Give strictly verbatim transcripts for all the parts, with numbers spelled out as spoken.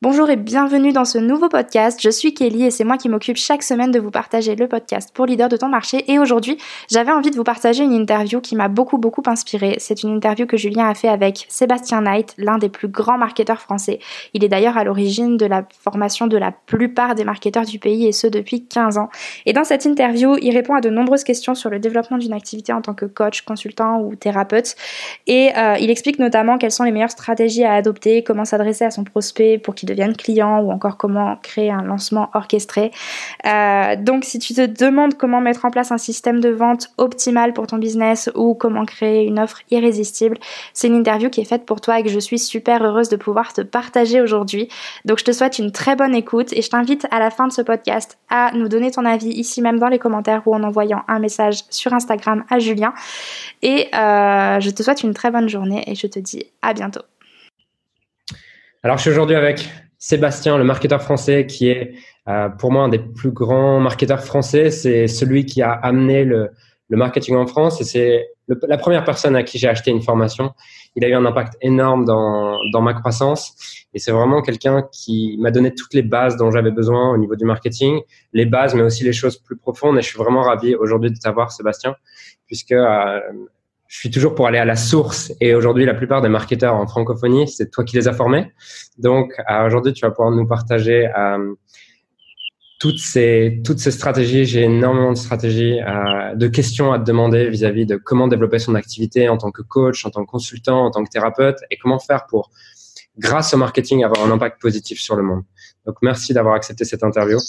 Bonjour et bienvenue dans ce nouveau podcast. Je suis Kelly et c'est moi qui m'occupe chaque semaine de vous partager le podcast pour leader de ton marché. Et aujourd'hui, j'avais envie de vous partager une interview qui m'a beaucoup beaucoup inspirée. C'est une interview que Julien a fait avec Sébastien Knight, l'un des plus grands marketeurs français. Il est d'ailleurs à l'origine de la formation de la plupart des marketeurs du pays et ce depuis quinze ans. Et dans cette interview, il répond à de nombreuses questions sur le développement d'une activité en tant que coach, consultant ou thérapeute. Et euh, il explique notamment quelles sont les meilleures stratégies à adopter, comment s'adresser à son prospect pour qu'il devienne client ou encore comment créer un lancement orchestré. Euh, donc si tu te demandes comment mettre en place un système de vente optimal pour ton business ou comment créer une offre irrésistible, c'est une interview qui est faite pour toi et que je suis super heureuse de pouvoir te partager aujourd'hui. Donc je te souhaite une très bonne écoute et je t'invite à la fin de ce podcast à nous donner ton avis ici même dans les commentaires ou en envoyant un message sur Instagram à Julien. Et euh, je te souhaite une très bonne journée et je te dis à bientôt. Alors, je suis aujourd'hui avec Sébastien, le marketeur français, qui est euh, pour moi un des plus grands marketeurs français. C'est celui qui a amené le, le marketing en France et c'est le, la première personne à qui j'ai acheté une formation. Il a eu un impact énorme dans, dans ma croissance et c'est vraiment quelqu'un qui m'a donné toutes les bases dont j'avais besoin au niveau du marketing, les bases, mais aussi les choses plus profondes. Et je suis vraiment ravi aujourd'hui de t'avoir, Sébastien, puisque euh, je suis toujours pour aller à la source et aujourd'hui, la plupart des marketeurs en francophonie, c'est toi qui les as formés. Donc, euh, aujourd'hui, tu vas pouvoir nous partager euh, toutes ces, toutes ces stratégies. J'ai énormément de stratégies, euh, de questions à te demander vis-à-vis de comment développer son activité en tant que coach, en tant que consultant, en tant que thérapeute et comment faire pour, grâce au marketing, avoir un impact positif sur le monde. Donc, merci d'avoir accepté cette interview.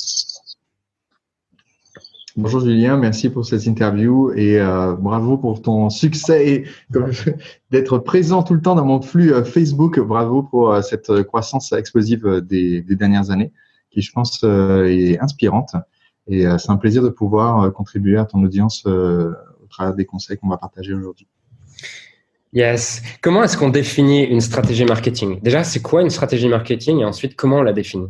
Bonjour Julien, merci pour cette interview et euh, bravo pour ton succès et comme, d'être présent tout le temps dans mon flux euh, Facebook. Bravo pour euh, cette croissance explosive euh, des, des dernières années qui, je pense, euh, est inspirante. Et euh, c'est un plaisir de pouvoir euh, contribuer à ton audience euh, au travers des conseils qu'on va partager aujourd'hui. Yes. Comment est-ce qu'on définit une stratégie marketing? Déjà, c'est quoi une stratégie marketing et ensuite, comment on la définit?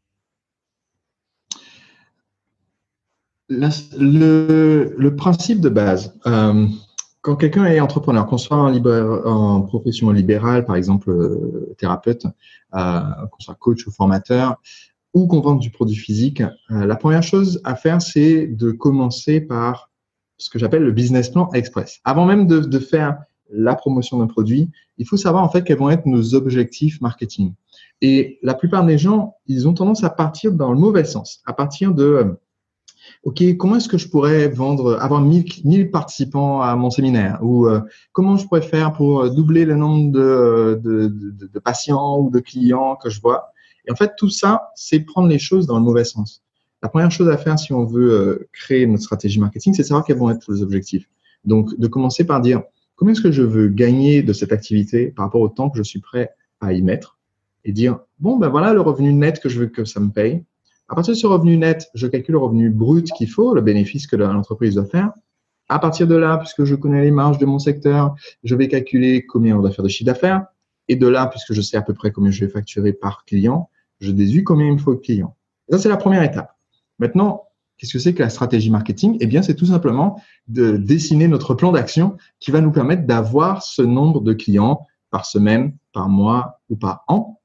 La, le, le principe de base, euh, quand quelqu'un est entrepreneur, qu'on soit en, libéral, en profession libérale, par exemple euh, thérapeute, euh, qu'on soit coach ou formateur, ou qu'on vende du produit physique, euh, la première chose à faire, c'est de commencer par ce que j'appelle le business plan express. Avant même de, de faire la promotion d'un produit, il faut savoir en fait quels vont être nos objectifs marketing. Et la plupart des gens, ils ont tendance à partir dans le mauvais sens, à partir de OK, comment est-ce que je pourrais vendre, avoir mille participants à mon séminaire ou euh, comment je pourrais faire pour doubler le nombre de, de, de, de patients ou de clients que je vois. Et en fait, tout ça, c'est prendre les choses dans le mauvais sens. La première chose à faire si on veut euh, créer notre stratégie marketing, c'est savoir quels vont être les objectifs. Donc, de commencer par dire combien est-ce que je veux gagner de cette activité par rapport au temps que je suis prêt à y mettre et dire bon, ben voilà le revenu net que je veux que ça me paye. À partir de ce revenu net, je calcule le revenu brut qu'il faut, le bénéfice que l'entreprise doit faire. À partir de là, puisque je connais les marges de mon secteur, je vais calculer combien on doit faire de chiffre d'affaires. Et de là, puisque je sais à peu près combien je vais facturer par client, je déduis combien il me faut de clients. Et ça, c'est la première étape. Maintenant, qu'est-ce que c'est que la stratégie marketing? Eh bien, c'est tout simplement de dessiner notre plan d'action qui va nous permettre d'avoir ce nombre de clients par semaine, par mois ou par an.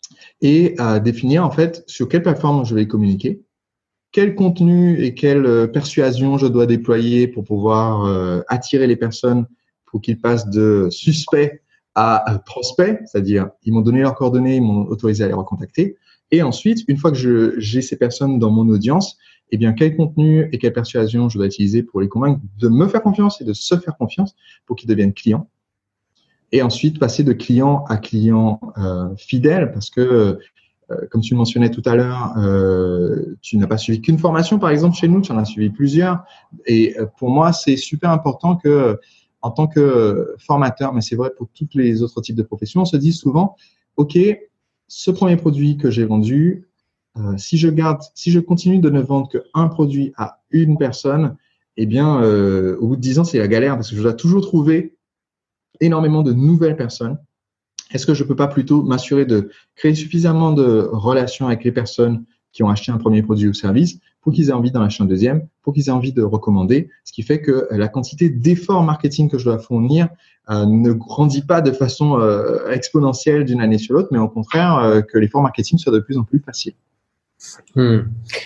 Et euh, définir en fait sur quelle plateforme je vais communiquer, quel contenu et quelle euh, persuasion je dois déployer pour pouvoir euh, attirer les personnes pour qu'ils passent de suspects à euh, prospects, c'est-à-dire ils m'ont donné leurs coordonnées, ils m'ont autorisé à les recontacter. Et ensuite, une fois que je, j'ai ces personnes dans mon audience, eh bien quel contenu et quelle persuasion je dois utiliser pour les convaincre de me faire confiance et de se faire confiance pour qu'ils deviennent clients. Et ensuite, passer de client à client euh, fidèle parce que, euh, comme tu le mentionnais tout à l'heure, euh, tu n'as pas suivi qu'une formation, par exemple, chez nous, tu en as suivi plusieurs. Et euh, pour moi, c'est super important que, en tant que formateur, mais c'est vrai pour tous les autres types de professions, on se dise souvent, OK, ce premier produit que j'ai vendu, euh, si je garde, si je continue de ne vendre qu'un produit à une personne, eh bien, euh, au bout de dix ans, c'est la galère parce que je dois toujours trouver énormément de nouvelles personnes. Est-ce que je peux pas plutôt m'assurer de créer suffisamment de relations avec les personnes qui ont acheté un premier produit ou service faut qu'ils aient envie d'en acheter un deuxième, faut qu'ils aient envie de recommander, ce qui fait que la quantité d'efforts marketing que je dois fournir euh, ne grandit pas de façon euh, exponentielle d'une année sur l'autre, mais au contraire euh, que l'effort marketing soit de plus en plus facile. Hmm.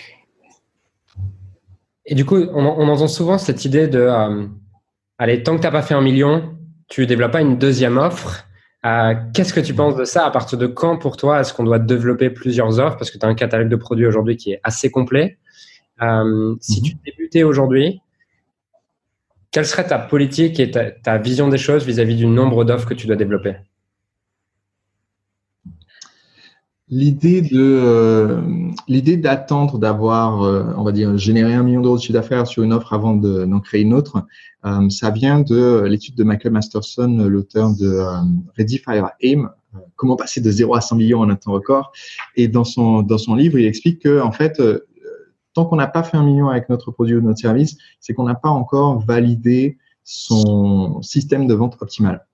Et du coup, on, on entend souvent cette idée de euh, allez, tant que tu n'as pas fait un million, tu ne développes pas une deuxième offre. Euh, qu'est-ce que tu penses de ça? À partir de quand, pour toi, est-ce qu'on doit développer plusieurs offres? Parce que tu as un catalogue de produits aujourd'hui qui est assez complet. Euh, si mm-hmm. tu débutais aujourd'hui, quelle serait ta politique et ta, ta vision des choses vis-à-vis du nombre d'offres que tu dois développer? L'idée de euh, l'idée d'attendre d'avoir, euh, on va dire, généré un million d'euros de chiffre d'affaires sur une offre avant de, d'en créer une autre, euh, ça vient de l'étude de Michael Masterson, l'auteur de euh, Ready, Fire, Aim, euh, comment passer de zéro à cent millions en un temps record. Et dans son dans son livre, il explique que en fait, euh, tant qu'on n'a pas fait un million avec notre produit ou notre service, c'est qu'on n'a pas encore validé son système de vente optimal.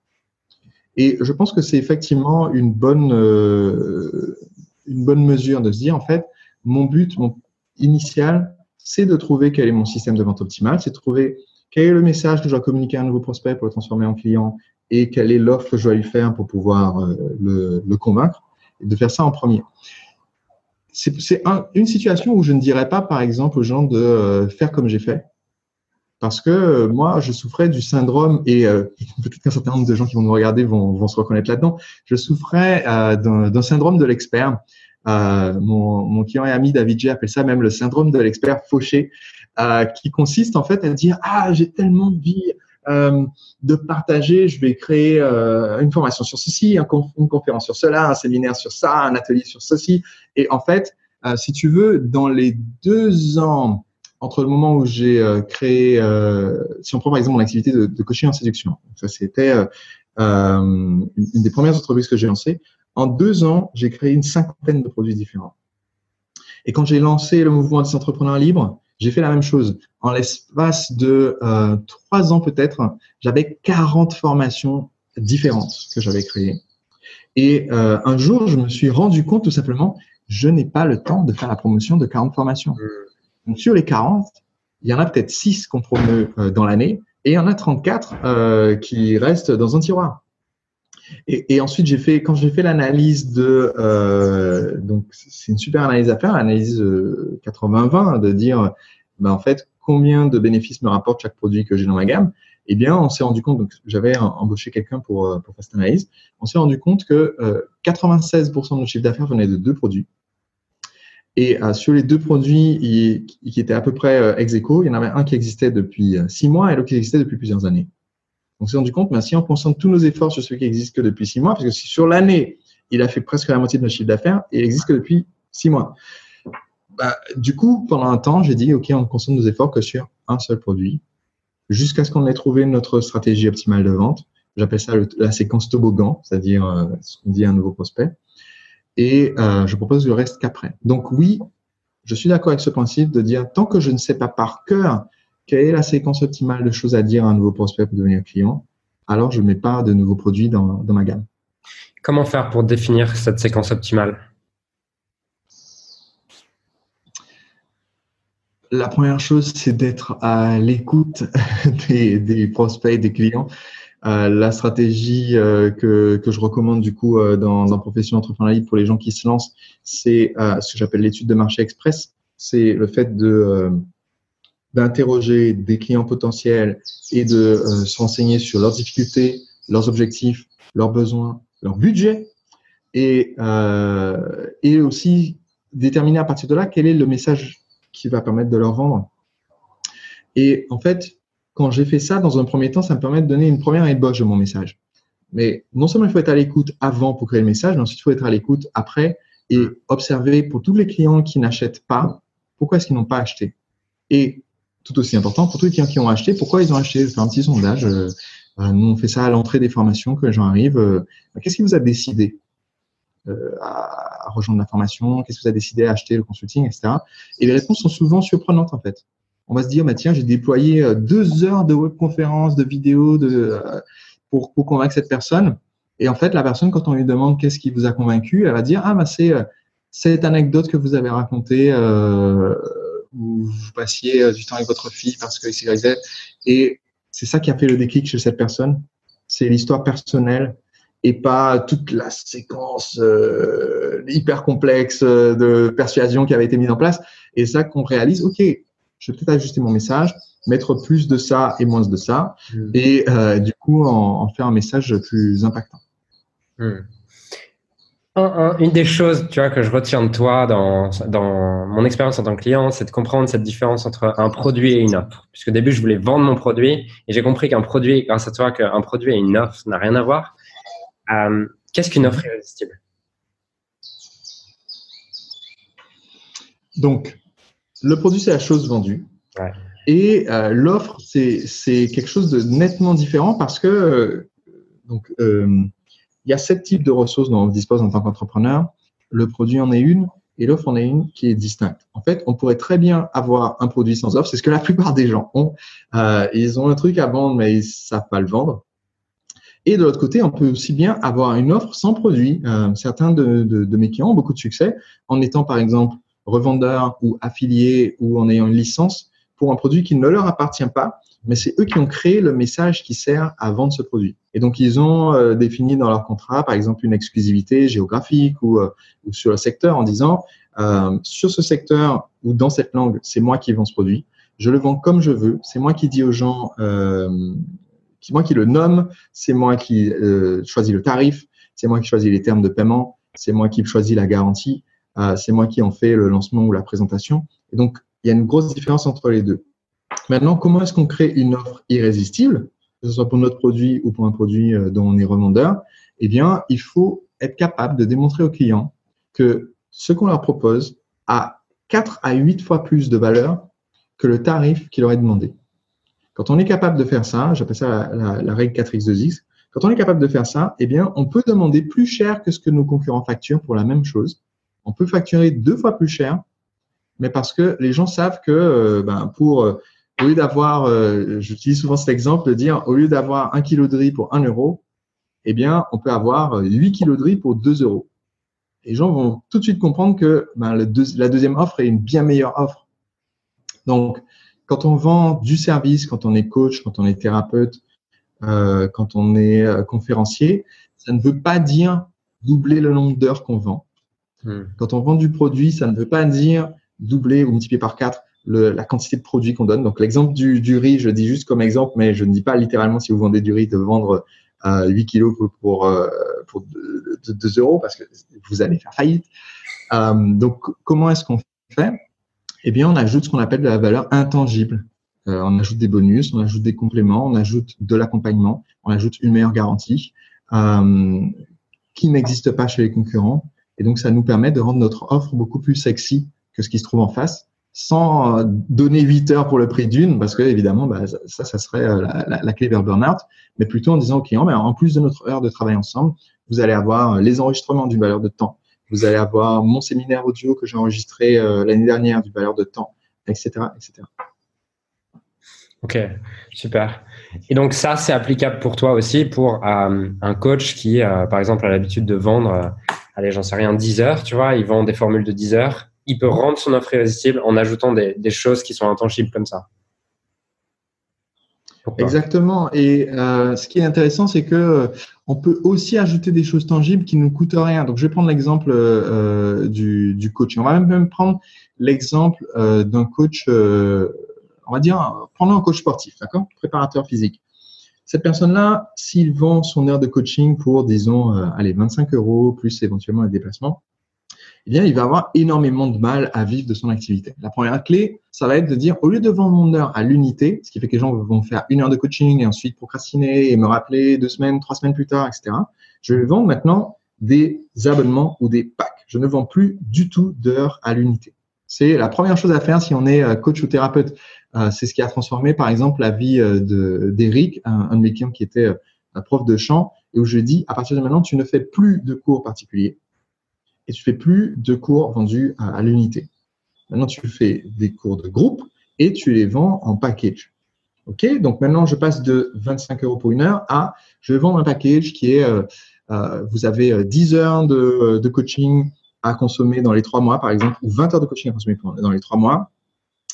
Et je pense que c'est effectivement une bonne, euh, une bonne mesure de se dire, en fait, mon but mon initial, c'est de trouver quel est mon système de vente optimal, c'est de trouver quel est le message que je dois communiquer à un nouveau prospect pour le transformer en client et quelle est l'offre que je dois lui faire pour pouvoir euh, le, le convaincre, et de faire ça en premier. C'est, c'est un, une situation où je ne dirais pas, par exemple, aux gens de euh, faire comme j'ai fait. Parce que euh, moi, je souffrais du syndrome, et euh, peut-être qu'un certain nombre de gens qui vont nous regarder vont, vont se reconnaître là-dedans, je souffrais euh, d'un, d'un syndrome de l'expert. Euh, mon, mon client et ami David J appelle ça même le syndrome de l'expert fauché, euh, qui consiste en fait à dire « Ah, j'ai tellement envie euh, de partager, je vais créer euh, une formation sur ceci, un conf- une conférence sur cela, un séminaire sur ça, un atelier sur ceci. » Et en fait, euh, si tu veux, dans les deux ans entre le moment où j'ai euh, créé, euh, si on prend par exemple mon activité de, de coaching en séduction, ça c'était euh, euh, une, une des premières entreprises que j'ai lancées. En deux ans, j'ai créé une cinquantaine de produits différents. Et quand j'ai lancé le mouvement des entrepreneurs libres, j'ai fait la même chose. En l'espace de euh, trois ans peut-être, j'avais quarante formations différentes que j'avais créées. Et euh, un jour, je me suis rendu compte tout simplement, je n'ai pas le temps de faire la promotion de quarante formations. Donc, sur les quarante, il y en a peut-être six qu'on promeut euh, dans l'année et il y en a trente-quatre euh, qui restent dans un tiroir. Et, et ensuite, j'ai fait, quand j'ai fait l'analyse de, euh, donc c'est une super analyse à faire, l'analyse euh, quatre-vingts vingt, de dire, ben, en fait, combien de bénéfices me rapporte chaque produit que j'ai dans ma gamme. Eh bien, on s'est rendu compte, donc j'avais embauché quelqu'un pour, pour faire cette analyse, on s'est rendu compte que euh, quatre-vingt-seize pour cent de notre chiffre d'affaires venait de deux produits. Et euh, sur les deux produits il, qui étaient à peu près euh, ex aequo, il y en avait un qui existait depuis euh, six mois et l'autre qui existait depuis plusieurs années. Donc, on s'est rendu compte, ben, si on concentre tous nos efforts sur celui qui existe que depuis six mois, parce que si sur l'année, il a fait presque la moitié de notre chiffre d'affaires et il existe que depuis six mois. Ben, du coup, pendant un temps, j'ai dit, OK, on ne concentre nos efforts que sur un seul produit jusqu'à ce qu'on ait trouvé notre stratégie optimale de vente. J'appelle ça le, la séquence toboggan, c'est-à-dire euh, ce qu'on dit à un nouveau prospect. Et euh, je propose le reste qu'après. Donc oui, je suis d'accord avec ce principe de dire, tant que je ne sais pas par cœur quelle est la séquence optimale de choses à dire à un nouveau prospect pour devenir client, alors je ne mets pas de nouveaux produits dans, dans ma gamme. Comment faire pour définir cette séquence optimale? La première chose, c'est d'être à l'écoute des, des prospects et des clients. Euh, la stratégie euh, que, que je recommande du coup euh, dans, dans Profession Entrepreneur Libre pour les gens qui se lancent, c'est euh, ce que j'appelle l'étude de marché express. C'est le fait de euh, d'interroger des clients potentiels et de euh, se renseigner sur leurs difficultés, leurs objectifs, leurs besoins, leur budget et, euh, et aussi déterminer à partir de là quel est le message qui va permettre de leur vendre. Et en fait, quand j'ai fait ça, dans un premier temps, ça me permet de donner une première ébauche de mon message. Mais non seulement il faut être à l'écoute avant pour créer le message, mais ensuite il faut être à l'écoute après et observer pour tous les clients qui n'achètent pas, pourquoi est-ce qu'ils n'ont pas acheté. Et tout aussi important, pour tous les clients qui ont acheté, pourquoi ils ont acheté. Je fais un petit sondage. Euh, nous, on fait ça à l'entrée des formations, que les gens arrivent. Euh, qu'est-ce qui vous a décidé euh, à, à rejoindre la formation? Qu'est-ce qui vous a décidé à acheter le consulting, et cetera. Et les réponses sont souvent surprenantes, en fait. On va se dire, bah, tiens, j'ai déployé euh, deux heures de webconférences, de vidéos de, euh, pour, pour convaincre cette personne. Et en fait, la personne, quand on lui demande qu'est-ce qui vous a convaincu, elle va dire, ah, bah, c'est euh, cette anecdote que vous avez racontée euh, où vous passiez du temps avec votre fille parce que X Y Z. Et c'est ça qui a fait le déclic chez cette personne. C'est l'histoire personnelle et pas toute la séquence euh, hyper complexe de persuasion qui avait été mise en place. Et ça qu'on réalise, OK, je vais peut-être ajuster mon message, mettre plus de ça et moins de ça, mmh. et euh, du coup en, en faire un message plus impactant. Mmh. Un, un, une des choses, tu vois, que je retiens de toi dans, dans mon expérience en tant que client, c'est de comprendre cette différence entre un produit et une offre. Puisqu'au début, je voulais vendre mon produit et j'ai compris qu'un produit, grâce à toi, qu'un produit et une offre n'a rien à voir. Euh, qu'est-ce qu'une offre irrésistible? Donc, le produit, c'est la chose vendue. Ouais. Et euh, l'offre, c'est, c'est quelque chose de nettement différent parce que euh, donc, euh, il y a sept types de ressources dont on dispose en tant qu'entrepreneur. Le produit en est une et l'offre en est une qui est distincte. En fait, on pourrait très bien avoir un produit sans offre. C'est ce que la plupart des gens ont. Euh, ils ont un truc à vendre, mais ils ne savent pas le vendre. Et de l'autre côté, on peut aussi bien avoir une offre sans produit. Euh, certains de, de, de mes clients ont beaucoup de succès en étant, par exemple, revendeurs ou affiliés ou en ayant une licence pour un produit qui ne leur appartient pas, mais c'est eux qui ont créé le message qui sert à vendre ce produit. Et donc, ils ont euh, défini dans leur contrat, par exemple, une exclusivité géographique ou, euh, ou sur le secteur en disant, euh, sur ce secteur ou dans cette langue, c'est moi qui vends ce produit. Je le vends comme je veux. C'est moi qui dis aux gens, euh, c'est moi qui le nomme, c'est moi qui euh, choisis le tarif, c'est moi qui choisis les termes de paiement, c'est moi qui choisis la garantie, euh, c'est moi qui en fais le lancement ou la présentation. Et donc, il y a une grosse différence entre les deux. Maintenant, comment est-ce qu'on crée une offre irrésistible, que ce soit pour notre produit ou pour un produit dont on est revendeur? Eh bien, il faut être capable de démontrer aux clients que ce qu'on leur propose a quatre à huit fois plus de valeur que le tarif qu'il leur est demandé. Quand on est capable de faire ça, j'appelle ça la, la, la règle quatre X deux X, quand on est capable de faire ça, eh bien, on peut demander plus cher que ce que nos concurrents facturent pour la même chose. On peut facturer deux fois plus cher, mais parce que les gens savent que euh, ben, pour, euh, au lieu d'avoir, euh, j'utilise souvent cet exemple de dire, au lieu d'avoir un kilo de riz pour un euro, eh bien, on peut avoir huit kilos de riz pour deux euros. Les gens vont tout de suite comprendre que ben, le deux, la deuxième offre est une bien meilleure offre. Donc, quand on vend du service, quand on est coach, quand on est thérapeute, euh, quand on est euh, conférencier, ça ne veut pas dire doubler le nombre d'heures qu'on vend. Mmh. Quand on vend du produit, ça ne veut pas dire doubler ou multiplier par quatre le, la quantité de produits qu'on donne. Donc, l'exemple du, du riz, je dis juste comme exemple, mais je ne dis pas littéralement si vous vendez du riz de vendre euh, huit kilos pour, pour, euh, pour deux euros parce que vous allez faire faillite. Euh, donc, comment est-ce qu'on fait? Eh bien, on ajoute ce qu'on appelle de la valeur intangible. Euh, on ajoute des bonus, on ajoute des compléments, on ajoute de l'accompagnement, on ajoute une meilleure garantie euh, qui n'existe pas chez les concurrents. Et donc, ça nous permet de rendre notre offre beaucoup plus sexy que ce qui se trouve en face, sans donner huit heures pour le prix d'une, parce que évidemment, bah, ça, ça serait la, la, la clé vers burn-out, mais plutôt en disant aux clients, mais en plus de notre heure de travail ensemble, vous allez avoir les enregistrements d'une valeur de temps. Vous allez avoir mon séminaire audio que j'ai enregistré euh, l'année dernière d'une valeur de temps, et cetera, et cetera. Ok, super. Et donc ça, c'est applicable pour toi aussi, pour euh, un coach qui, euh, par exemple, a l'habitude de vendre, euh, allez, j'en sais rien, dix heures, tu vois, il vend des formules de dix heures. Il peut rendre son offre irrésistible en ajoutant des, des choses qui sont intangibles comme ça. Pourquoi? Exactement. Et euh, ce qui est intéressant, c'est que euh, on peut aussi ajouter des choses tangibles qui ne nous coûtent rien. Donc, je vais prendre l'exemple euh, du, du coach. On va même, même prendre l'exemple euh, d'un coach, euh, on va dire, prenons un coach sportif, d'accord, préparateur physique. Cette personne-là, s'il vend son heure de coaching pour, disons, euh, allez, vingt-cinq euros plus éventuellement un déplacement, eh bien, il va avoir énormément de mal à vivre de son activité. La première clé, ça va être de dire, au lieu de vendre mon heure à l'unité, ce qui fait que les gens vont faire une heure de coaching et ensuite procrastiner et me rappeler deux semaines, trois semaines plus tard, et cetera, je vais vendre maintenant des abonnements ou des packs. Je ne vends plus du tout d'heures à l'unité. C'est la première chose à faire si on est coach ou thérapeute. Euh, c'est ce qui a transformé, par exemple, la vie de, d'Eric, un, un de mes clients qui était un prof de chant, et où je lui ai dit, à partir de maintenant, tu ne fais plus de cours particuliers. Et tu fais plus de cours vendus à, à l'unité. Maintenant, tu fais des cours de groupe et tu les vends en package. OK? Donc, maintenant, je passe de vingt-cinq euros pour une heure à je vais vendre un package qui est, euh, euh, vous avez dix heures de, de coaching à consommer dans les trois mois, par exemple, ou vingt heures de coaching à consommer dans les trois mois.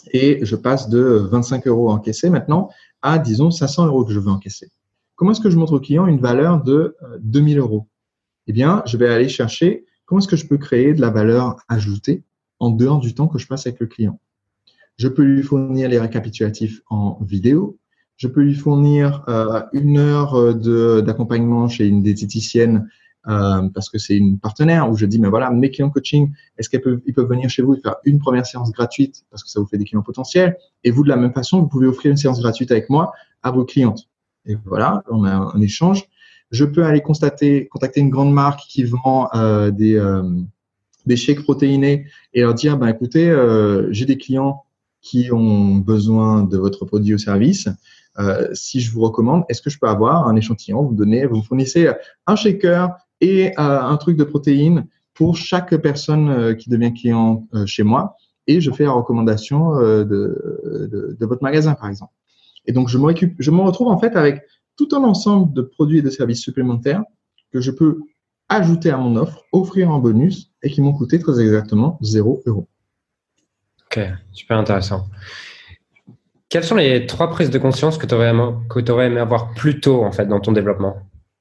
et je passe de vingt-cinq euros encaissés maintenant à, disons, cinq cents euros que je veux encaisser. Comment est-ce que je montre au client une valeur de deux mille euros? Eh bien, je vais aller chercher comment est-ce que je peux créer de la valeur ajoutée en dehors du temps que je passe avec le client. Je peux lui fournir les récapitulatifs en vidéo. Je peux lui fournir euh, une heure de, d'accompagnement chez une diététicienne euh, parce que c'est une partenaire où je dis, mais voilà, mes clients coaching, est-ce qu'ils peuvent, ils peuvent venir chez vous et faire une première séance gratuite parce que ça vous fait des clients potentiels. Et vous, de la même façon, vous pouvez offrir une séance gratuite avec moi à vos clientes. Et voilà, on a un échange. Je peux aller constater, contacter une grande marque qui vend euh, des, euh, des shakes protéinés et leur dire, ben écoutez, euh, j'ai des clients qui ont besoin de votre produit ou service. Euh, si je vous recommande, est-ce que je peux avoir un échantillon? Vous me donnez, vous me fournissez un shaker et euh, un truc de protéines pour chaque personne euh, qui devient client euh, chez moi, et je fais la recommandation euh, de, de, de votre magasin, par exemple. Et donc, je me, récup- je me retrouve en fait avec tout un ensemble de produits et de services supplémentaires que je peux ajouter à mon offre, offrir en bonus et qui m'ont coûté très exactement zéro euro. Ok, super intéressant. Quelles sont les trois prises de conscience que tu aurais aimé, que tu aurais aimé avoir plus tôt en fait, dans ton développement?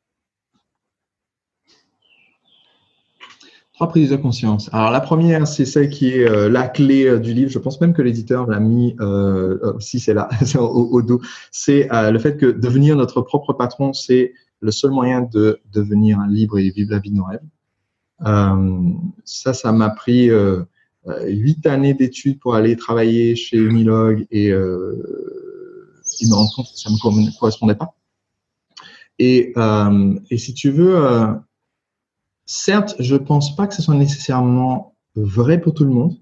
Trois prises de conscience. Alors, la première, c'est celle qui est euh, la clé euh, du livre. Je pense même que l'éditeur l'a mis, euh, euh, si c'est là, au, au dos. C'est euh, le fait que devenir notre propre patron, c'est le seul moyen de devenir libre et vivre la vie de nos rêves. Euh, ça, ça m'a pris euh, huit années d'études pour aller travailler chez Unilog et euh, me rendre compte que ça ne me correspondait pas. Et, euh, et si tu veux... Euh, Certes, je pense pas que ce soit nécessairement vrai pour tout le monde,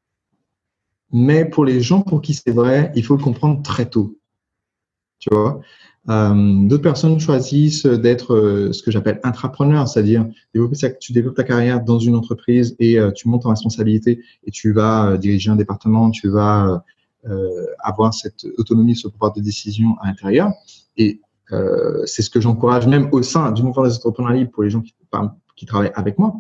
mais pour les gens pour qui c'est vrai, il faut le comprendre très tôt. Tu vois, euh, d'autres personnes choisissent d'être euh, ce que j'appelle intrapreneur, c'est-à-dire développer sa, tu développes ta carrière dans une entreprise et euh, tu montes en responsabilité et tu vas euh, diriger un département, tu vas euh, avoir cette autonomie, ce pouvoir de décision à l'intérieur. Et euh, c'est ce que j'encourage même au sein du mouvement des entrepreneurs libres pour les gens qui parlent qui travaillent avec moi.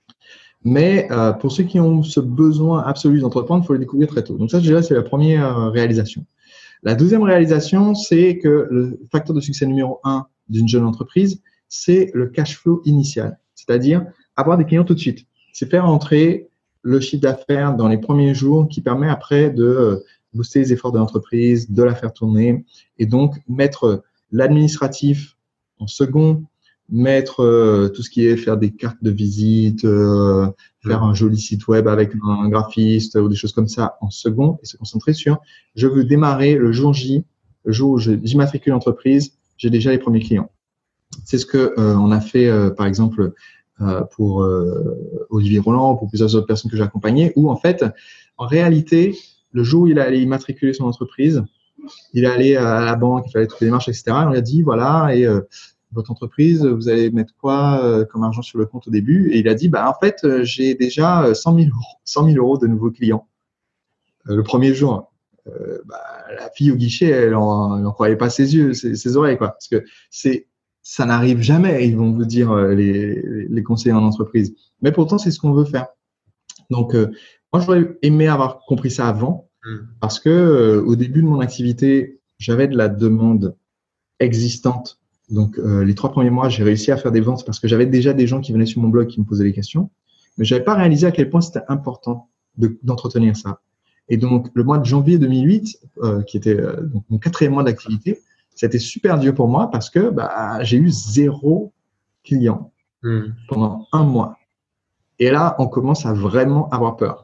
Mais euh, pour ceux qui ont ce besoin absolu d'entreprendre, il faut le découvrir très tôt. Donc ça, je dirais, c'est la première euh, réalisation. La deuxième réalisation, c'est que le facteur de succès numéro un d'une jeune entreprise, c'est le cash flow initial, c'est-à-dire avoir des clients tout de suite. C'est faire entrer le chiffre d'affaires dans les premiers jours qui permet après de euh, booster les efforts de l'entreprise, de la faire tourner et donc mettre l'administratif en second, mettre euh, tout ce qui est faire des cartes de visite, euh, faire un joli site web avec un graphiste ou des choses comme ça en second et se concentrer sur je veux démarrer le jour J, le jour où j'immatricule l'entreprise, j'ai déjà les premiers clients. C'est ce que euh, on a fait euh, par exemple euh, pour euh, Olivier Roland, pour plusieurs autres personnes que j'ai accompagnées, où en fait, en réalité, le jour où il allait immatriculer son entreprise, il allait à la banque, il fallait toutes les démarches, et cetera. On lui a dit voilà et euh, votre entreprise, vous allez mettre quoi euh, comme argent sur le compte au début? Et il a dit, bah en fait, euh, j'ai déjà cent mille euros, cent mille euros de nouveaux clients euh, le premier jour. Euh, bah, la fille au guichet, elle n'en croyait pas ses yeux, ses, ses oreilles, quoi, parce que c'est, ça n'arrive jamais. Ils vont vous dire euh, les, les conseillers en entreprise. Mais pourtant, c'est ce qu'on veut faire. Donc, euh, moi, j'aurais aimé avoir compris ça avant, parce que euh, au début de mon activité, j'avais de la demande existante. Donc, euh, les trois premiers mois, j'ai réussi à faire des ventes parce que j'avais déjà des gens qui venaient sur mon blog qui me posaient des questions, mais j'avais pas réalisé à quel point c'était important de, d'entretenir ça. Et donc, le mois de janvier deux mille huit, euh, qui était euh, donc mon quatrième mois d'activité, c'était super dur pour moi parce que bah, j'ai eu zéro client mmh. pendant un mois. Et là, on commence à vraiment avoir peur.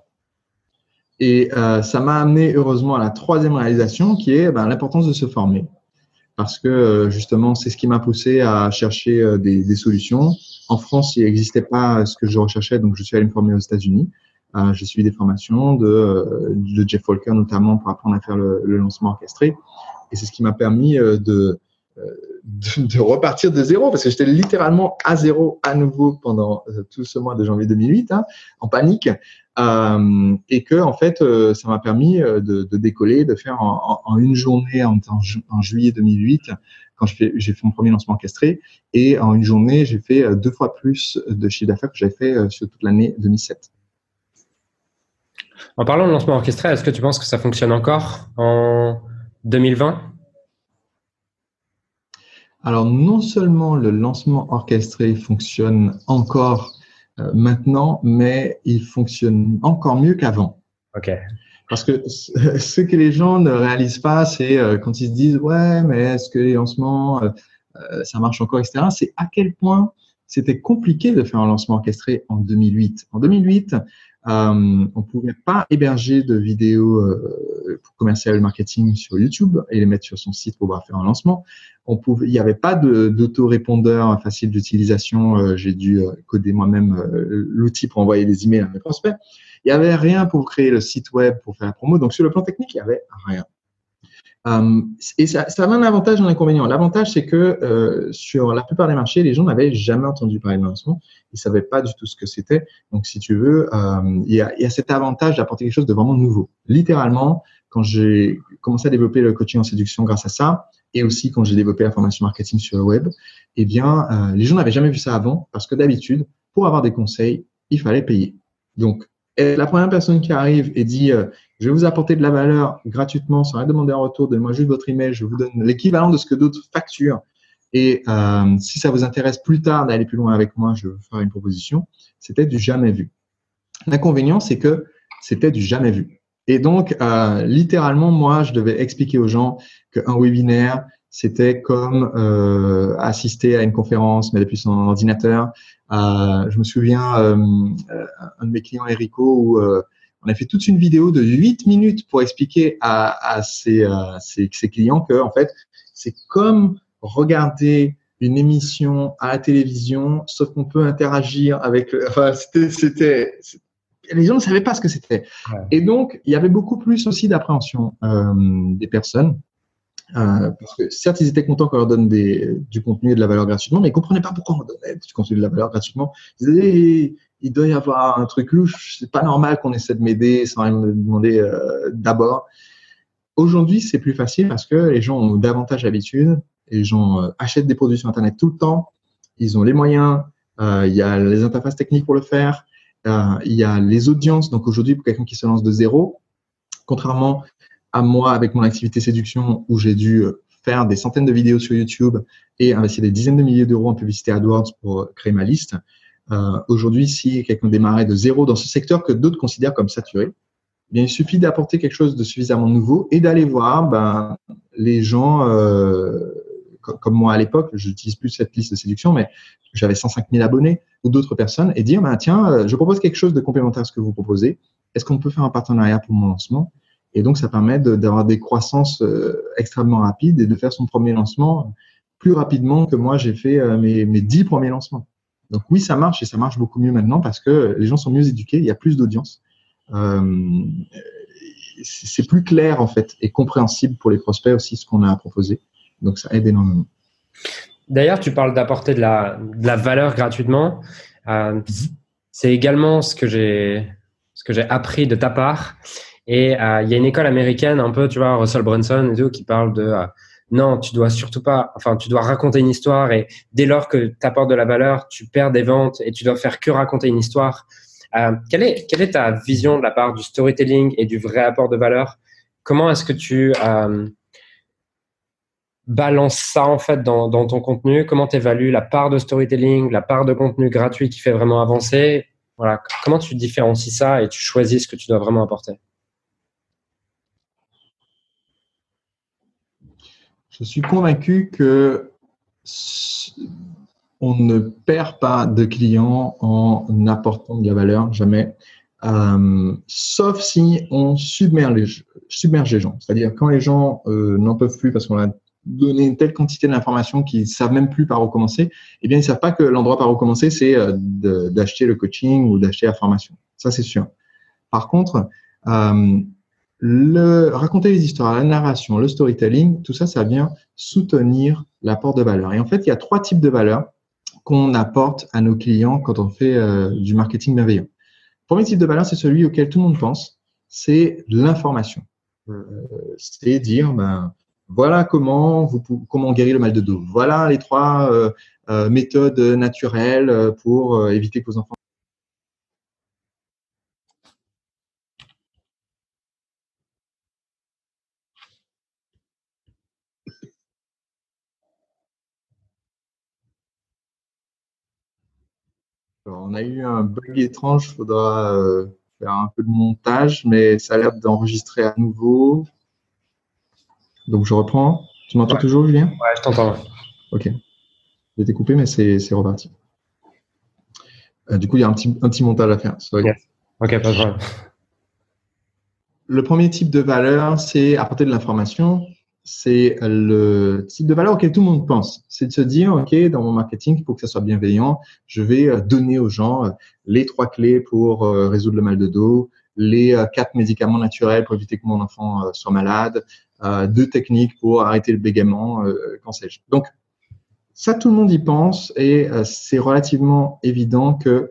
Et euh, ça m'a amené heureusement à la troisième réalisation qui est bah, l'importance de se former. Parce que justement, c'est ce qui m'a poussé à chercher des, des solutions. En France, il n'existait pas ce que je recherchais, donc je suis allé me former aux États-Unis. Euh, j'ai suivi des formations de, de Jeff Walker notamment pour apprendre à faire le, le lancement orchestré. Et c'est ce qui m'a permis de, de, de repartir de zéro, parce que j'étais littéralement à zéro à nouveau pendant tout ce mois de janvier deux mille huit, hein, en panique. Euh, et que en fait, euh, ça m'a permis de, de décoller, de faire en, en, en une journée en, en, ju- en juillet deux mille huit, quand je fais, j'ai fait mon premier lancement orchestré, et en une journée, j'ai fait deux fois plus de chiffre d'affaires que j'avais fait sur toute l'année deux mille sept. En parlant de lancement orchestré, est-ce que tu penses que ça fonctionne encore en deux mille vingt? Alors, non seulement le lancement orchestré fonctionne encore euh, maintenant, mais il fonctionne encore mieux qu'avant. Ok. Parce que ce que les gens ne réalisent pas, c'est euh, quand ils se disent « Ouais, mais est-ce que les lancements, euh, euh, ça marche encore, et cetera » C'est à quel point c'était compliqué de faire un lancement orchestré en deux mille huit. En deux mille huit, euh, on ne pouvait pas héberger de vidéos euh, pour commercial marketing sur YouTube et les mettre sur son site pour pouvoir faire un lancement. On pouvait, il n'y avait pas de, d'autorépondeur facile d'utilisation. Euh, j'ai dû euh, coder moi-même euh, l'outil pour envoyer des emails à mes prospects. Il n'y avait rien pour créer le site web, pour faire la promo. Donc, sur le plan technique, il n'y avait rien. Euh, et ça, ça avait un avantage et un inconvénient. L'avantage, c'est que euh, sur la plupart des marchés, les gens n'avaient jamais entendu parler de lancement. Ils ne savaient pas du tout ce que c'était. Donc, si tu veux, euh, il, y a, il y a cet avantage d'apporter quelque chose de vraiment nouveau. Littéralement, quand j'ai commencé à développer le coaching en séduction grâce à ça, et aussi quand j'ai développé la formation marketing sur le web, eh bien, euh, les gens n'avaient jamais vu ça avant parce que d'habitude, pour avoir des conseils, il fallait payer. Donc, et la première personne qui arrive et dit euh, « Je vais vous apporter de la valeur gratuitement sans rien demander en retour, donnez-moi juste votre email, je vous donne l'équivalent de ce que d'autres facturent. Et euh, si ça vous intéresse plus tard d'aller plus loin avec moi, je vais vous faire une proposition. » C'était du jamais vu. L'inconvénient, c'est que c'était du jamais vu. Et donc, euh, littéralement, moi, je devais expliquer aux gens qu'un webinaire, c'était comme euh, assister à une conférence, mais depuis son ordinateur. Euh, je me souviens, euh, un de mes clients, Erico, où euh, on a fait toute une vidéo de huit minutes pour expliquer à, à ses, euh, ses, ses clients que, en fait, c'est comme regarder une émission à la télévision, sauf qu'on peut interagir avec. Le, enfin, c'était, c'était, c'était, les gens ne savaient pas ce que c'était. Ouais. Et donc, il y avait beaucoup plus aussi d'appréhension euh, des personnes. Euh, parce que certes, ils étaient contents qu'on leur donne des, du contenu et de la valeur gratuitement, mais ils comprenaient pas pourquoi on donnait du contenu et de la valeur gratuitement. Ils disaient, hey, il doit y avoir un truc louche, c'est pas normal qu'on essaie de m'aider sans me demander euh, d'abord. Aujourd'hui, c'est plus facile parce que les gens ont davantage l'habitude, les gens euh, achètent des produits sur Internet tout le temps, ils ont les moyens, euh, il y a les interfaces techniques pour le faire, euh, il y a les audiences. Donc aujourd'hui, pour quelqu'un qui se lance de zéro, contrairement à moi avec mon activité séduction où j'ai dû faire des centaines de vidéos sur YouTube et investir des dizaines de milliers d'euros en publicité AdWords pour créer ma liste. Euh, aujourd'hui, si quelqu'un démarrait de zéro dans ce secteur que d'autres considèrent comme saturé, eh bien, il suffit d'apporter quelque chose de suffisamment nouveau et d'aller voir ben, les gens, euh, comme moi à l'époque, je n'utilise plus cette liste de séduction, mais j'avais cent cinq mille abonnés ou d'autres personnes et dire, ben, tiens, je propose quelque chose de complémentaire à ce que vous proposez. Est-ce qu'on peut faire un partenariat pour mon lancement ? Et donc, ça permet de, d'avoir des croissances euh, extrêmement rapides et de faire son premier lancement plus rapidement que moi, j'ai fait euh, mes, mes dix premiers lancements. Donc oui, ça marche et ça marche beaucoup mieux maintenant parce que les gens sont mieux éduqués, il y a plus d'audience. Euh, c'est plus clair, en fait, et compréhensible pour les prospects aussi ce qu'on a à proposer. Donc, ça aide énormément. D'ailleurs, tu parles d'apporter de la, de la valeur gratuitement. Euh, c'est également ce que j'ai, ce que j'ai appris de ta part. Et euh, il y a une école américaine, un peu, tu vois, Russell Brunson et tout, qui parle de euh, non, tu dois surtout pas, enfin, tu dois raconter une histoire et dès lors que tu apportes de la valeur, tu perds des ventes et tu dois faire que raconter une histoire. Euh, quelle est, quelle est ta vision de la part du storytelling et du vrai apport de valeur? Comment est-ce que tu euh, balances ça en fait dans, dans ton contenu? Comment tu évalues la part de storytelling, la part de contenu gratuit qui fait vraiment avancer? Voilà, comment tu différencies ça et tu choisis ce que tu dois vraiment apporter? Je suis convaincu que on ne perd pas de clients en apportant de la valeur, jamais. Euh, sauf si on submerge, submerge les gens. C'est-à-dire quand les gens euh, n'en peuvent plus parce qu'on a donné une telle quantité d'informations qu'ils ne savent même plus par où commencer, eh bien, ils ne savent pas que l'endroit par où commencer, c'est euh, de, d'acheter le coaching ou d'acheter la formation. Ça, c'est sûr. Par contre, euh, le, raconter les histoires, la narration, le storytelling, tout ça, ça vient soutenir l'apport de valeur. Et en fait, il y a trois types de valeurs qu'on apporte à nos clients quand on fait euh, du marketing bienveillant. Le premier type de valeur, c'est celui auquel tout le monde pense, c'est l'information. Euh, c'est dire, ben, voilà comment vous comment guérir le mal de dos. Voilà les trois euh, euh, méthodes naturelles pour euh, éviter que vos enfants Alors, on a eu un bug étrange, il faudra euh, faire un peu de montage, mais ça a l'air d'enregistrer à nouveau. Donc, je reprends. Tu m'entends Ouais. toujours, Julien? Ouais, je t'entends. Ouais. Ok. J'ai été coupé, mais c'est, c'est reparti. Euh, du coup, il y a un petit, un petit montage à faire. Sorry. Yes. Ok, pas de problème. Le premier type de valeur, c'est apporter de l'information. C'est le type de valeur auquel tout le monde pense. C'est de se dire, OK, dans mon marketing, pour que ça soit bienveillant, je vais donner aux gens les trois clés pour résoudre le mal de dos, les quatre médicaments naturels pour éviter que mon enfant soit malade, deux techniques pour arrêter le bégaiement, qu'en sais-je. Donc, ça, tout le monde y pense et c'est relativement évident que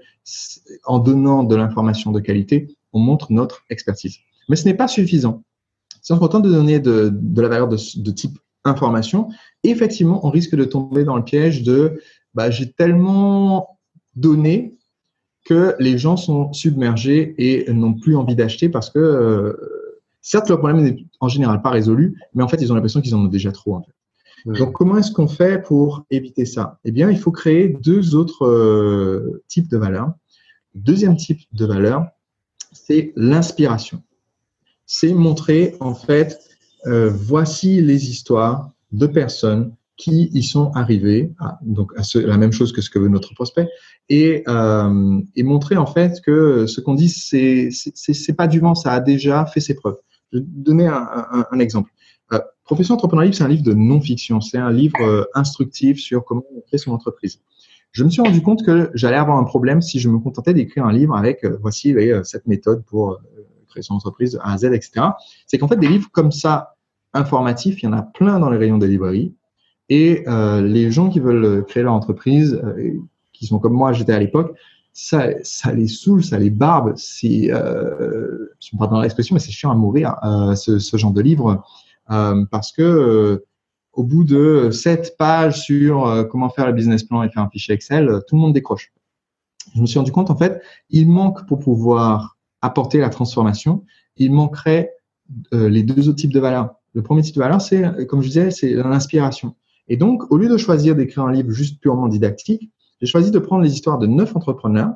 en donnant de l'information de qualité, on montre notre expertise. Mais ce n'est pas suffisant. Si on se contente de donner de, de la valeur de, de type information, effectivement, on risque de tomber dans le piège de bah, j'ai tellement donné que les gens sont submergés et n'ont plus envie d'acheter parce que, euh, certes, leur problème n'est en général pas résolu, mais en fait, ils ont l'impression qu'ils en ont déjà trop. En fait. Mmh. Donc, comment est-ce qu'on fait pour éviter ça? Eh bien, il faut créer deux autres euh, types de valeurs. Le deuxième type de valeur, c'est l'inspiration. C'est montrer, en fait, euh, voici les histoires de personnes qui y sont arrivées, à, donc à ce, la même chose que ce que veut notre prospect, et, euh, et montrer, en fait, que ce qu'on dit, c'est, c'est, c'est pas du vent, ça a déjà fait ses preuves. Je vais donner un, un, un exemple. Euh, Profession Entrepreneur Libre, c'est un livre de non-fiction, c'est un livre euh, instructif sur comment créer son entreprise. Je me suis rendu compte que j'allais avoir un problème si je me contentais d'écrire un livre avec, euh, voici euh, cette méthode pour euh, créer son entreprise A à Z, et cetera. C'est qu'en fait, des livres comme ça, informatifs, il y en a plein dans les rayons des librairies. Et euh, les gens qui veulent créer leur entreprise, euh, qui sont comme moi, j'étais à l'époque, ça, ça les saoule, ça les barbe. C'est, euh, je me pardonne l'expression, mais c'est chiant à mourir, euh, ce, ce genre de livre, euh, parce que euh, au bout de sept pages sur euh, comment faire le business plan et faire un fichier Excel, euh, tout le monde décroche. Je me suis rendu compte, en fait, il manque pour pouvoir apporter la transformation, il manquerait euh, les deux autres types de valeurs. Le premier type de valeur, c'est, comme je disais, c'est l'inspiration. Et donc, au lieu de choisir d'écrire un livre juste purement didactique, j'ai choisi de prendre les histoires de neuf entrepreneurs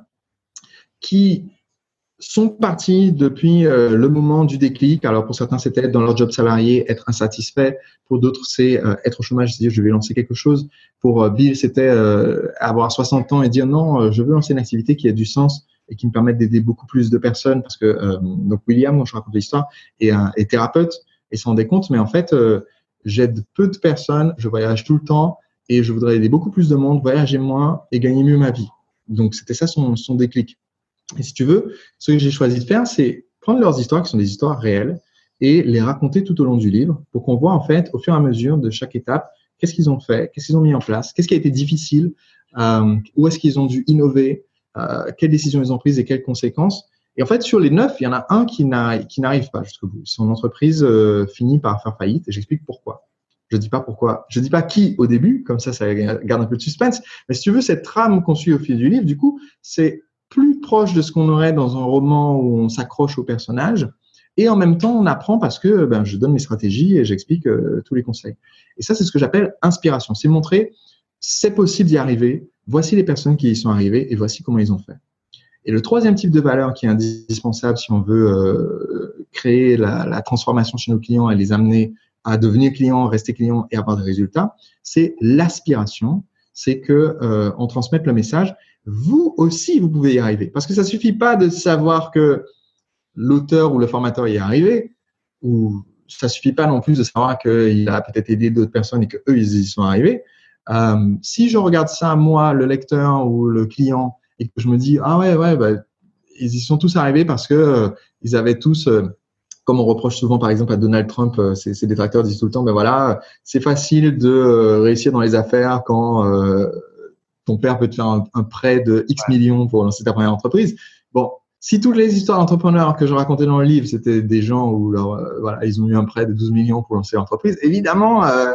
qui sont partis depuis euh, le moment du déclic. Alors, pour certains, c'était être dans leur job salarié, être insatisfait. Pour d'autres, c'est euh, être au chômage, c'est-à-dire je vais lancer quelque chose. Pour euh, Bill, c'était euh, avoir soixante ans et dire non, euh, je veux lancer une activité qui a du sens et qui me permette d'aider beaucoup plus de personnes. Parce que euh, donc William, dont je raconte l'histoire, est, un, est thérapeute et s'en rendait compte. Mais en fait, euh, j'aide peu de personnes, je voyage tout le temps et je voudrais aider beaucoup plus de monde, voyager moins et gagner mieux ma vie. Donc, c'était ça son, son déclic. Et si tu veux, ce que j'ai choisi de faire, c'est prendre leurs histoires, qui sont des histoires réelles, et les raconter tout au long du livre pour qu'on voit, en fait, au fur et à mesure de chaque étape, qu'est-ce qu'ils ont fait, qu'est-ce qu'ils ont mis en place, qu'est-ce qui a été difficile, euh, où est-ce qu'ils ont dû innover, euh, quelles décisions ils ont prises et quelles conséquences. Et en fait, sur les neuf, il y en a un qui, n'a, qui n'arrive pas jusqu'au bout. Son entreprise euh, finit par faire faillite et j'explique pourquoi. Je dis pas pourquoi. Je dis pas qui au début, comme ça, ça garde un peu de suspense. Mais si tu veux, cette trame qu'on suit au fil du livre, du coup, c'est plus proche de ce qu'on aurait dans un roman où on s'accroche au personnage. Et en même temps, on apprend parce que ben, je donne mes stratégies et j'explique euh, tous les conseils. Et ça, c'est ce que j'appelle inspiration. C'est montrer, c'est possible d'y arriver. Voici les personnes qui y sont arrivées et voici comment ils ont fait. Et le troisième type de valeur qui est indispensable si on veut euh, créer la, la transformation chez nos clients et les amener à devenir client, rester client et avoir des résultats, c'est l'aspiration. C'est que euh, on transmette le message. Vous aussi, vous pouvez y arriver. Parce que ça suffit pas de savoir que l'auteur ou le formateur y est arrivé, ou ça suffit pas non plus de savoir qu'il a peut-être aidé d'autres personnes et que eux ils y sont arrivés. Euh, si je regarde ça, moi, le lecteur ou le client, et que je me dis ah ouais ouais bah, ils y sont tous arrivés parce que euh, ils avaient tous euh, comme on reproche souvent par exemple à Donald Trump, euh, ses, ses détracteurs disent tout le temps ben voilà, c'est facile de euh, réussir dans les affaires quand euh, ton père peut te faire un, un prêt de X millions pour lancer ta première entreprise. Bon, si toutes les histoires d'entrepreneurs que je racontais dans le livre, c'était des gens où leur, euh, voilà, ils ont eu un prêt de douze millions pour lancer l'entreprise, évidemment, euh,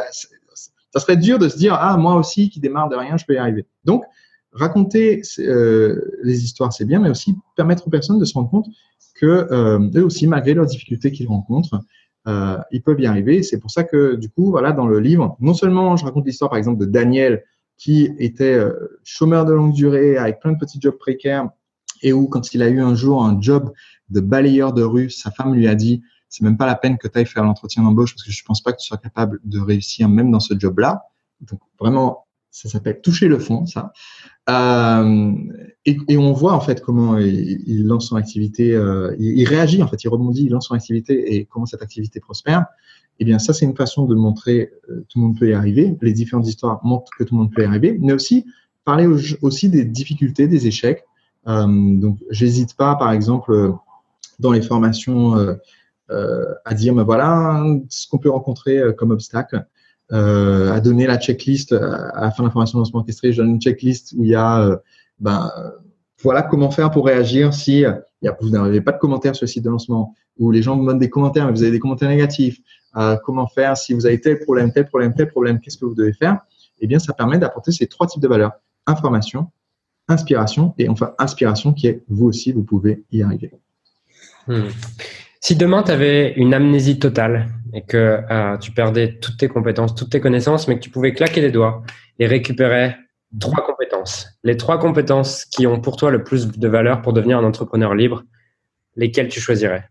ça serait dur de se dire ah moi aussi qui démarre de rien, je peux y arriver. Donc raconter euh, les histoires, c'est bien, mais aussi permettre aux personnes de se rendre compte que euh, eux aussi, malgré leurs difficultés qu'ils rencontrent, euh, ils peuvent y arriver. C'est pour ça que, du coup, voilà, dans le livre, non seulement je raconte l'histoire, par exemple, de Daniel qui était euh, chômeur de longue durée avec plein de petits jobs précaires et où, quand il a eu un jour un job de balayeur de rue, sa femme lui a dit « c'est même pas la peine que tu ailles faire l'entretien d'embauche parce que je pense pas que tu sois capable de réussir même dans ce job-là. » Donc, vraiment, ça s'appelle toucher le fond, ça. Euh, et, et on voit en fait comment il, il lance son activité, euh, il, il réagit en fait, il rebondit, il lance son activité et comment cette activité prospère. Eh bien, ça, c'est une façon de montrer euh, tout le monde peut y arriver. Les différentes histoires montrent que tout le monde peut y arriver, mais aussi parler au, aussi des difficultés, des échecs. Euh, donc, j'hésite pas, par exemple, euh, dans les formations, euh, euh, à dire, ben voilà, ce qu'on peut rencontrer euh, comme obstacle. Euh, à donner la checklist à la fin de la formation de lancement orchestré. Je donne une checklist où il y a, euh, ben, euh, voilà comment faire pour réagir si euh, il y a, vous n'avez pas de commentaires sur le site de lancement, où les gens vous donnent des commentaires, mais vous avez des commentaires négatifs. Euh, comment faire si vous avez tel problème, tel problème, tel problème, qu'est-ce que vous devez faire? Eh bien, ça permet d'apporter ces trois types de valeurs. Information, inspiration, et enfin, inspiration qui est, vous aussi, vous pouvez y arriver. Hmm. Si demain, tu avais une amnésie totale et que euh, tu perdais toutes tes compétences, toutes tes connaissances, mais que tu pouvais claquer les doigts et récupérer trois compétences, les trois compétences qui ont pour toi le plus de valeur pour devenir un entrepreneur libre, lesquelles tu choisirais?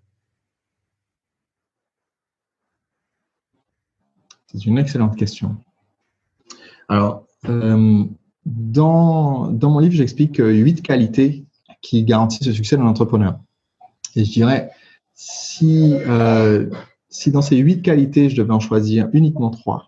C'est une excellente question. Alors, euh, dans, dans mon livre, j'explique huit qualités qui garantissent le succès d'un entrepreneur. Et je dirais, si, euh, si dans ces huit qualités, je devais en choisir uniquement trois,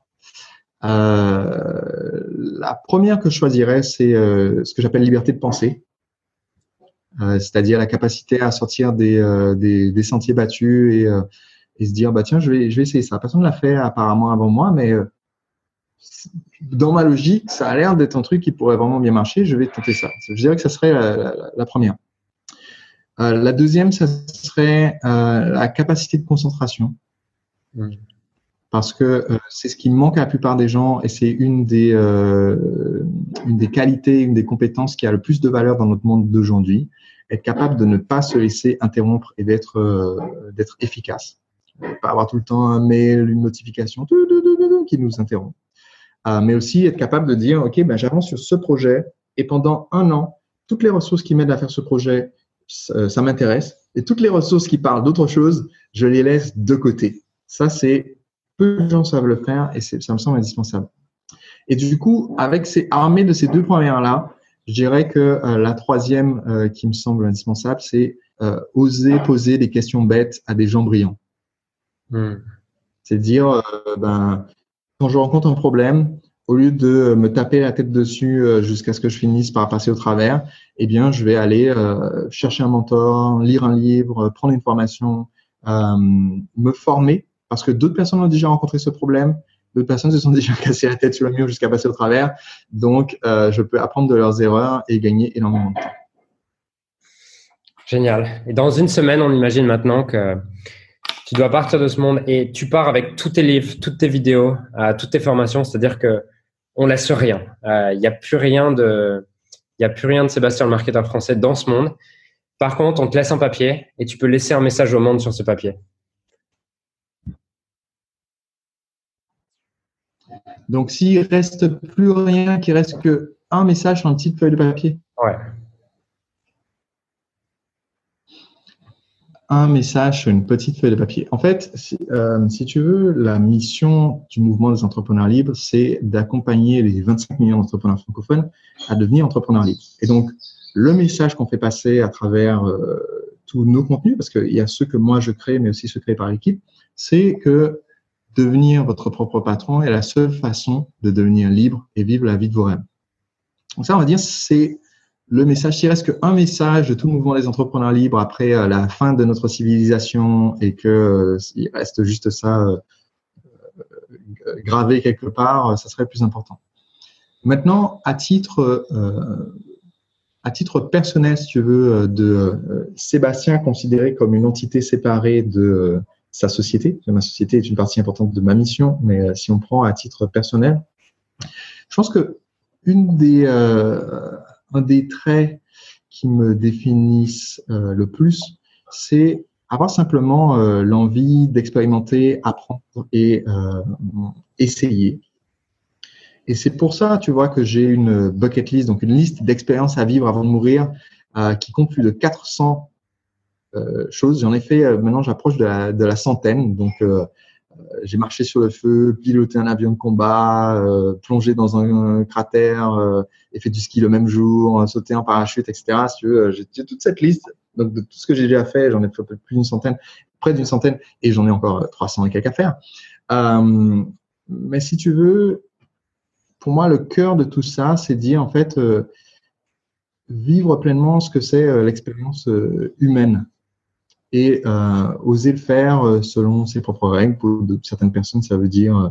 euh, la première que je choisirais, c'est euh, ce que j'appelle liberté de penser, euh, c'est-à-dire la capacité à sortir des, euh, des, des sentiers battus et, euh, et se dire, bah tiens, je vais, je vais essayer ça. Personne ne l'a fait apparemment avant moi, mais euh, dans ma logique, ça a l'air d'être un truc qui pourrait vraiment bien marcher. Je vais tenter ça. Je dirais que ça serait la, la, la première. Euh, la deuxième, ça serait euh, la capacité de concentration. Mmh. Parce que euh, c'est ce qui manque à la plupart des gens et c'est une des, euh, une des qualités, une des compétences qui a le plus de valeur dans notre monde d'aujourd'hui. Être capable de ne pas se laisser interrompre et d'être euh, d'être efficace. Pas avoir tout le temps un mail, une notification qui nous interrompt. Euh, mais aussi être capable de dire, OK, ben, j'avance sur ce projet et pendant un an, toutes les ressources qui m'aident à faire ce projet, ça, ça m'intéresse. Et toutes les ressources qui parlent d'autre chose, je les laisse de côté. Ça, c'est peu de gens savent le faire et c'est, ça me semble indispensable. Et du coup, avec ces armées de ces deux premières-là, je dirais que euh, la troisième euh, qui me semble indispensable, c'est euh, oser poser des questions bêtes à des gens brillants. Mmh. C'est dire, euh, ben, quand je rencontre un problème, au lieu de me taper la tête dessus euh, jusqu'à ce que je finisse par passer au travers, eh bien, je vais aller euh, chercher un mentor, lire un livre, prendre une formation, euh, me former, parce que d'autres personnes ont déjà rencontré ce problème, d'autres personnes se sont déjà cassées la tête sur le mur jusqu'à passer au travers. Donc, euh, je peux apprendre de leurs erreurs et gagner énormément de temps. Génial. Et dans une semaine, on imagine maintenant que tu dois partir de ce monde et tu pars avec tous tes livres, toutes tes vidéos, euh, toutes tes formations. C'est-à-dire que on laisse rien. Il euh, n'y a plus rien de, il y a plus rien de Sébastien le marketeur français dans ce monde. Par contre, on te laisse un papier et tu peux laisser un message au monde sur ce papier. Donc, s'il reste plus rien, qu'il reste que un message sur une petite feuille de papier. Ouais. Un message sur une petite feuille de papier. En fait, si, euh, si tu veux, la mission du mouvement des entrepreneurs libres, c'est d'accompagner les vingt-cinq millions d'entrepreneurs francophones à devenir entrepreneurs libres. Et donc, le message qu'on fait passer à travers euh, tous nos contenus, parce qu'il y a ceux que moi je crée, mais aussi ceux créés par l'équipe, c'est que devenir votre propre patron est la seule façon de devenir libre et vivre la vie de vos rêves. Donc ça, on va dire, c'est le message. S'il reste qu'un message de tout le mouvement des entrepreneurs libres après euh, la fin de notre civilisation et que euh, il reste juste ça euh, euh, gravé quelque part, euh, ça serait le plus important. Maintenant, à titre euh, à titre personnel, si tu veux, de euh, Sébastien considéré comme une entité séparée de euh, sa société. Ma société est une partie importante de ma mission, mais euh, si on prend à titre personnel, je pense que une des euh, un des traits qui me définissent euh, le plus, c'est avoir simplement euh, l'envie d'expérimenter, apprendre et euh, essayer. et c'est pour ça, tu vois, que j'ai une bucket list, donc une liste d'expériences à vivre avant de mourir, euh, qui compte plus de quatre cents euh, choses. J'en ai fait, euh, maintenant j'approche de la, de la centaine. Donc, euh, j'ai marché sur le feu, piloté un avion de combat, euh, plongé dans un, un cratère, euh, et fait du ski le même jour, euh, sauté en parachute, et cetera. Si tu veux, j'ai, j'ai toute cette liste. Donc, de tout ce que j'ai déjà fait, j'en ai fait plus d'une centaine, près d'une centaine, et j'en ai encore trois cents et quelques à faire. Euh, mais si tu veux, pour moi, le cœur de tout ça, c'est dire en fait euh, vivre pleinement ce que c'est euh, l'expérience euh, humaine et euh, oser le faire euh, selon ses propres règles. Pour de, certaines personnes, ça veut dire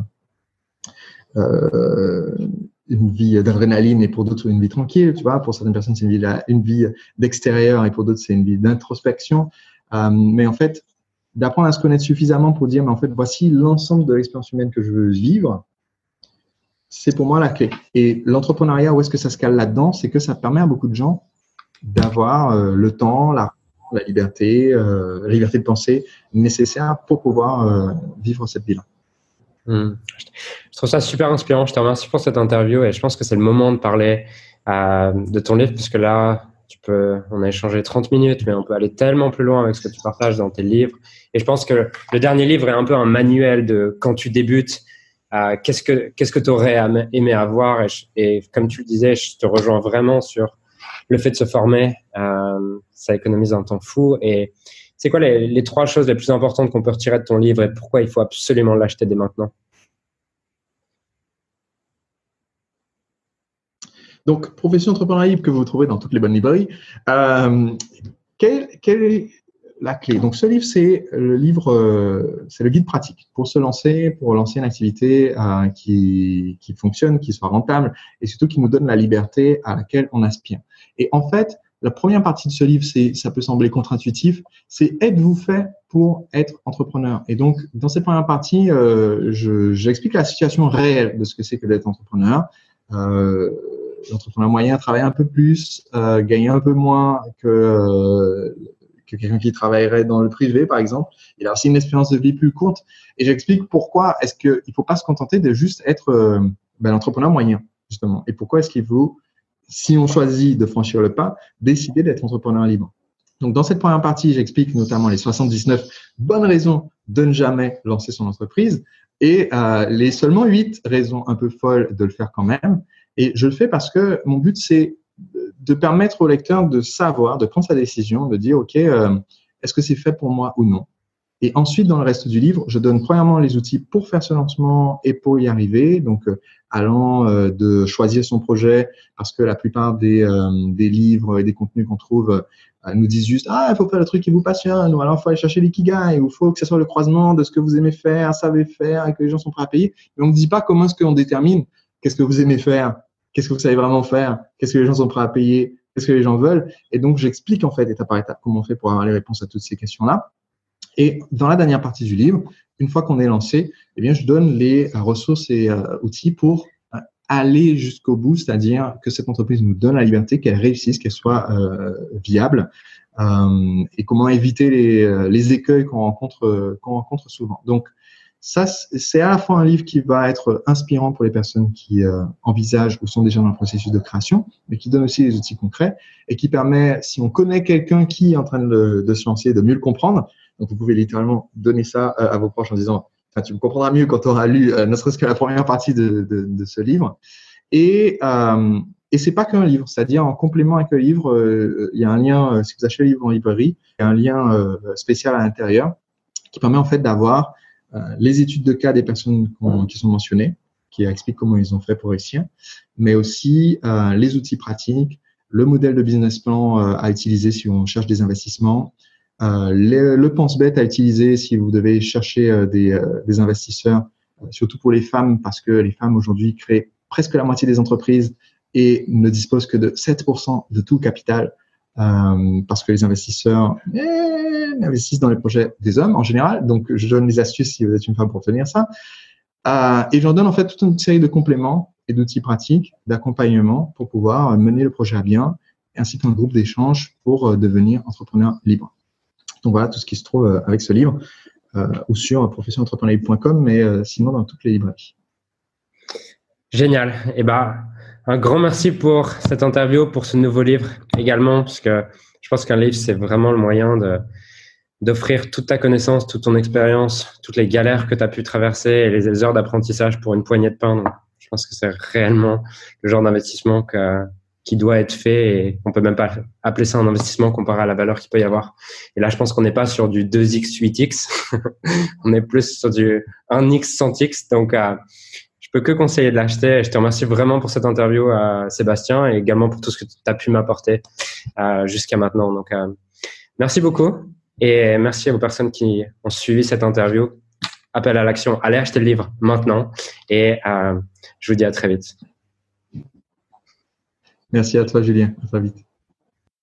euh, une vie d'adrénaline et pour d'autres une vie tranquille. Tu vois, pour certaines personnes, c'est une vie, une vie d'extérieur et pour d'autres, c'est une vie d'introspection. Euh, mais en fait, d'apprendre à se connaître suffisamment pour dire, mais en fait, voici l'ensemble de l'expérience humaine que je veux vivre. C'est pour moi la clé. Et l'entrepreneuriat, où est-ce que ça se cale là-dedans? C'est que ça permet à beaucoup de gens d'avoir euh, le temps, la, la liberté, euh, la liberté de penser nécessaire pour pouvoir euh, vivre cette vie-là. Mmh. Je trouve ça super inspirant. Je te remercie pour cette interview et je pense que c'est le moment de parler euh, de ton livre parce que là, tu peux, on a échangé trente minutes, mais on peut aller tellement plus loin avec ce que tu partages dans tes livres. Et je pense que le dernier livre est un peu un manuel de quand tu débutes. Euh, qu'est-ce que qu'est-ce que tu aurais aimé avoir et, je, et comme tu le disais, je te rejoins vraiment sur le fait de se former. Euh, ça économise un temps fou. Et c'est quoi les, les trois choses les plus importantes qu'on peut retirer de ton livre et pourquoi il faut absolument l'acheter dès maintenant? Donc, Profession entrepreneuriale libre que vous trouvez dans toutes les bonnes librairies. Euh, quelle, quelle est la clé? Donc, ce livre, c'est le livre, euh, c'est le guide pratique pour se lancer, pour lancer une activité euh, qui, qui fonctionne, qui soit rentable et surtout qui nous donne la liberté à laquelle on aspire. Et en fait, la première partie de ce livre, c'est, ça peut sembler contre-intuitif, c'est êtes-vous fait pour être entrepreneur? Et donc, dans cette première partie, euh, je, j'explique la situation réelle de ce que c'est que d'être entrepreneur. Euh, l'entrepreneur moyen travaille un peu plus, euh, gagne un peu moins que euh, que quelqu'un qui travaillerait dans le privé, par exemple. Il a aussi une expérience de vie plus courte. Et j'explique pourquoi est-ce qu'il ne faut pas se contenter de juste être euh, ben, l'entrepreneur moyen, justement. Et pourquoi est-ce qu'il faut, si on choisit de franchir le pas, décider d'être entrepreneur libre. Donc, dans cette première partie, j'explique notamment les soixante-dix-neuf bonnes raisons de ne jamais lancer son entreprise et euh, les seulement huit raisons un peu folles de le faire quand même. Et je le fais parce que mon but, c'est de permettre au lecteur de savoir, de prendre sa décision, de dire, OK, euh, est-ce que c'est fait pour moi ou non? Et ensuite, dans le reste du livre, je donne premièrement les outils pour faire ce lancement et pour y arriver. Donc, euh, allant euh, de choisir son projet, parce que la plupart des, euh, des livres et des contenus qu'on trouve euh, nous disent juste « Ah, il faut faire le truc qui vous passionne » ou alors « il faut aller chercher l'ikigai » ou « il faut que ce soit le croisement de ce que vous aimez faire, savez faire et que les gens sont prêts à payer ». Mais on ne dit pas comment est-ce qu'on détermine qu'est-ce que vous aimez faire, qu'est-ce que vous savez vraiment faire, qu'est-ce que les gens sont prêts à payer, qu'est-ce que les gens veulent. Et donc, j'explique en fait étape par étape comment on fait pour avoir les réponses à toutes ces questions-là. Et dans la dernière partie du livre, une fois qu'on est lancé, eh bien, je donne les ressources et euh, outils pour euh, aller jusqu'au bout, c'est-à-dire que cette entreprise nous donne la liberté, qu'elle réussisse, qu'elle soit euh, viable, euh, et comment éviter les, les écueils qu'on rencontre, qu'on rencontre souvent. Donc, ça, c'est à la fois un livre qui va être inspirant pour les personnes qui euh, envisagent ou sont déjà dans le processus de création, mais qui donne aussi des outils concrets et qui permet, si on connaît quelqu'un qui est en train de, de se lancer, de mieux le comprendre. Donc, vous pouvez littéralement donner ça euh, à vos proches en disant, enfin, tu me comprendras mieux quand tu auras lu, euh, ne serait-ce que la première partie de, de, de ce livre. Et, euh, et c'est pas qu'un livre, c'est-à-dire en complément avec le livre, euh, il y a un lien, euh, si vous achetez le livre en librairie, il y a un lien euh, spécial à l'intérieur qui permet en fait d'avoir euh, les études de cas des personnes qui sont mentionnées, qui expliquent comment ils ont fait pour réussir, mais aussi euh, les outils pratiques, le modèle de business plan euh, à utiliser si on cherche des investissements, euh, le, le pense-bête à utiliser si vous devez chercher euh, des, euh, des investisseurs, euh, surtout pour les femmes, parce que les femmes aujourd'hui créent presque la moitié des entreprises et ne disposent que de sept pour cent de tout capital, euh, parce que les investisseurs eh, investissent dans les projets des hommes en général. Donc, je donne les astuces si vous êtes une femme pour obtenir ça. Euh, et j'en donne en fait toute une série de compléments et d'outils pratiques, d'accompagnement pour pouvoir mener le projet à bien, ainsi qu'un groupe d'échange pour euh, devenir entrepreneur libre. Donc voilà tout ce qui se trouve euh, avec ce livre euh, ou sur profession entrepreneuriale point com, mais euh, sinon dans toutes les librairies. Génial. Et ben, un grand merci pour cette interview, pour ce nouveau livre également, parce que je pense qu'un livre, c'est vraiment le moyen de, d'offrir toute ta connaissance, toute ton expérience, toutes les galères que tu as pu traverser et les heures d'apprentissage pour une poignée de pain. Donc, je pense que c'est réellement le genre d'investissement que, qui doit être fait et on peut même pas appeler ça un investissement comparé à la valeur qu'il peut y avoir. Et là, je pense qu'on n'est pas sur du deux x huit x. On est plus sur du un x cent x. Donc, euh, je peux que conseiller de l'acheter. Je te remercie vraiment pour cette interview, euh, Sébastien, et également pour tout ce que tu as pu m'apporter euh, jusqu'à maintenant. Donc, euh, merci beaucoup et merci aux personnes qui ont suivi cette interview. Appel à l'action, allez acheter le livre maintenant et euh, je vous dis à très vite. Merci à toi, Julien. À très vite.